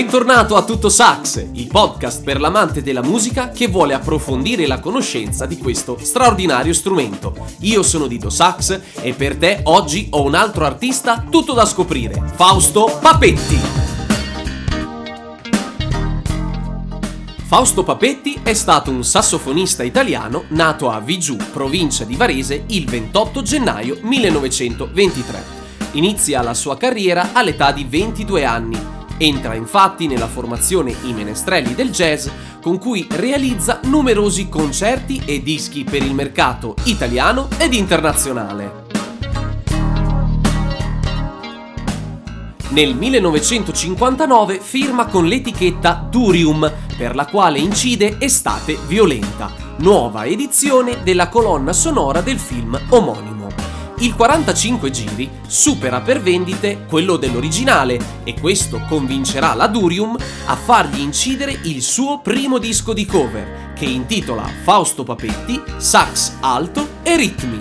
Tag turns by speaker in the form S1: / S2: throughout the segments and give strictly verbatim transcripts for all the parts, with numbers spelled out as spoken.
S1: Bentornato a Tutto Sax, il podcast per l'amante della musica che vuole approfondire la conoscenza di questo straordinario strumento. Io sono Dido Sax e per te oggi ho un altro artista tutto da scoprire, Fausto Papetti. Fausto Papetti è stato un sassofonista italiano nato a Vigiù, provincia di Varese, il ventotto gennaio millenovecentoventitré. Inizia la sua carriera all'età di ventidue anni. Entra infatti nella formazione I Menestrelli del Jazz, con cui realizza numerosi concerti e dischi per il mercato italiano ed internazionale. Nel millenovecentocinquantanove firma con l'etichetta Durium, per la quale incide Estate Violenta, nuova edizione della colonna sonora del film omonimo. Il quarantacinque giri supera per vendite quello dell'originale e questo convincerà la Durium a fargli incidere il suo primo disco di cover, che intitola Fausto Papetti, Sax Alto e Ritmi.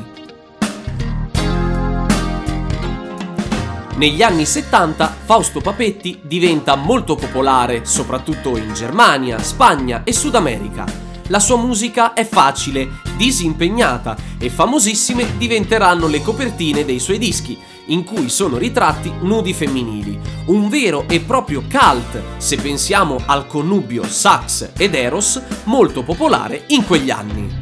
S1: Negli anni settanta Fausto Papetti diventa molto popolare, soprattutto in Germania, Spagna e Sud America. La sua musica è facile, disimpegnata e famosissime diventeranno le copertine dei suoi dischi, in cui sono ritratti nudi femminili. Un vero e proprio cult, se pensiamo al connubio sax ed eros, molto popolare in quegli anni.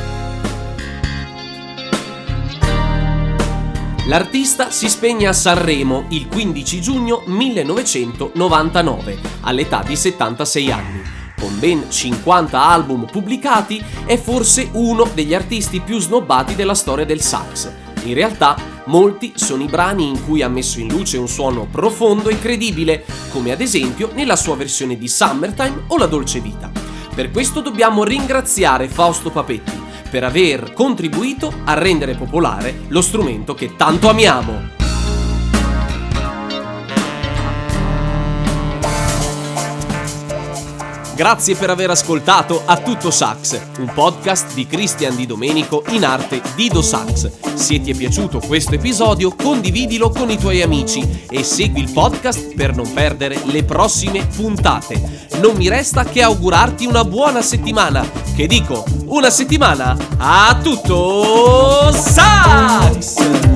S1: L'artista si spegne a Sanremo il quindici giugno millenovecentonovantanove, all'età di settantasei anni. Con ben cinquanta album pubblicati, è forse uno degli artisti più snobbati della storia del sax. In realtà, molti sono i brani in cui ha messo in luce un suono profondo e credibile, come ad esempio nella sua versione di Summertime o La Dolce Vita. Per questo dobbiamo ringraziare Fausto Papetti per aver contribuito a rendere popolare lo strumento che tanto amiamo. Grazie per aver ascoltato A Tutto Sax, un podcast di Cristian Di Domenico in arte Dido Sax. Se ti è piaciuto questo episodio, condividilo con i tuoi amici e segui il podcast per non perdere le prossime puntate. Non mi resta che augurarti una buona settimana. Che dico, una settimana a tutto sax!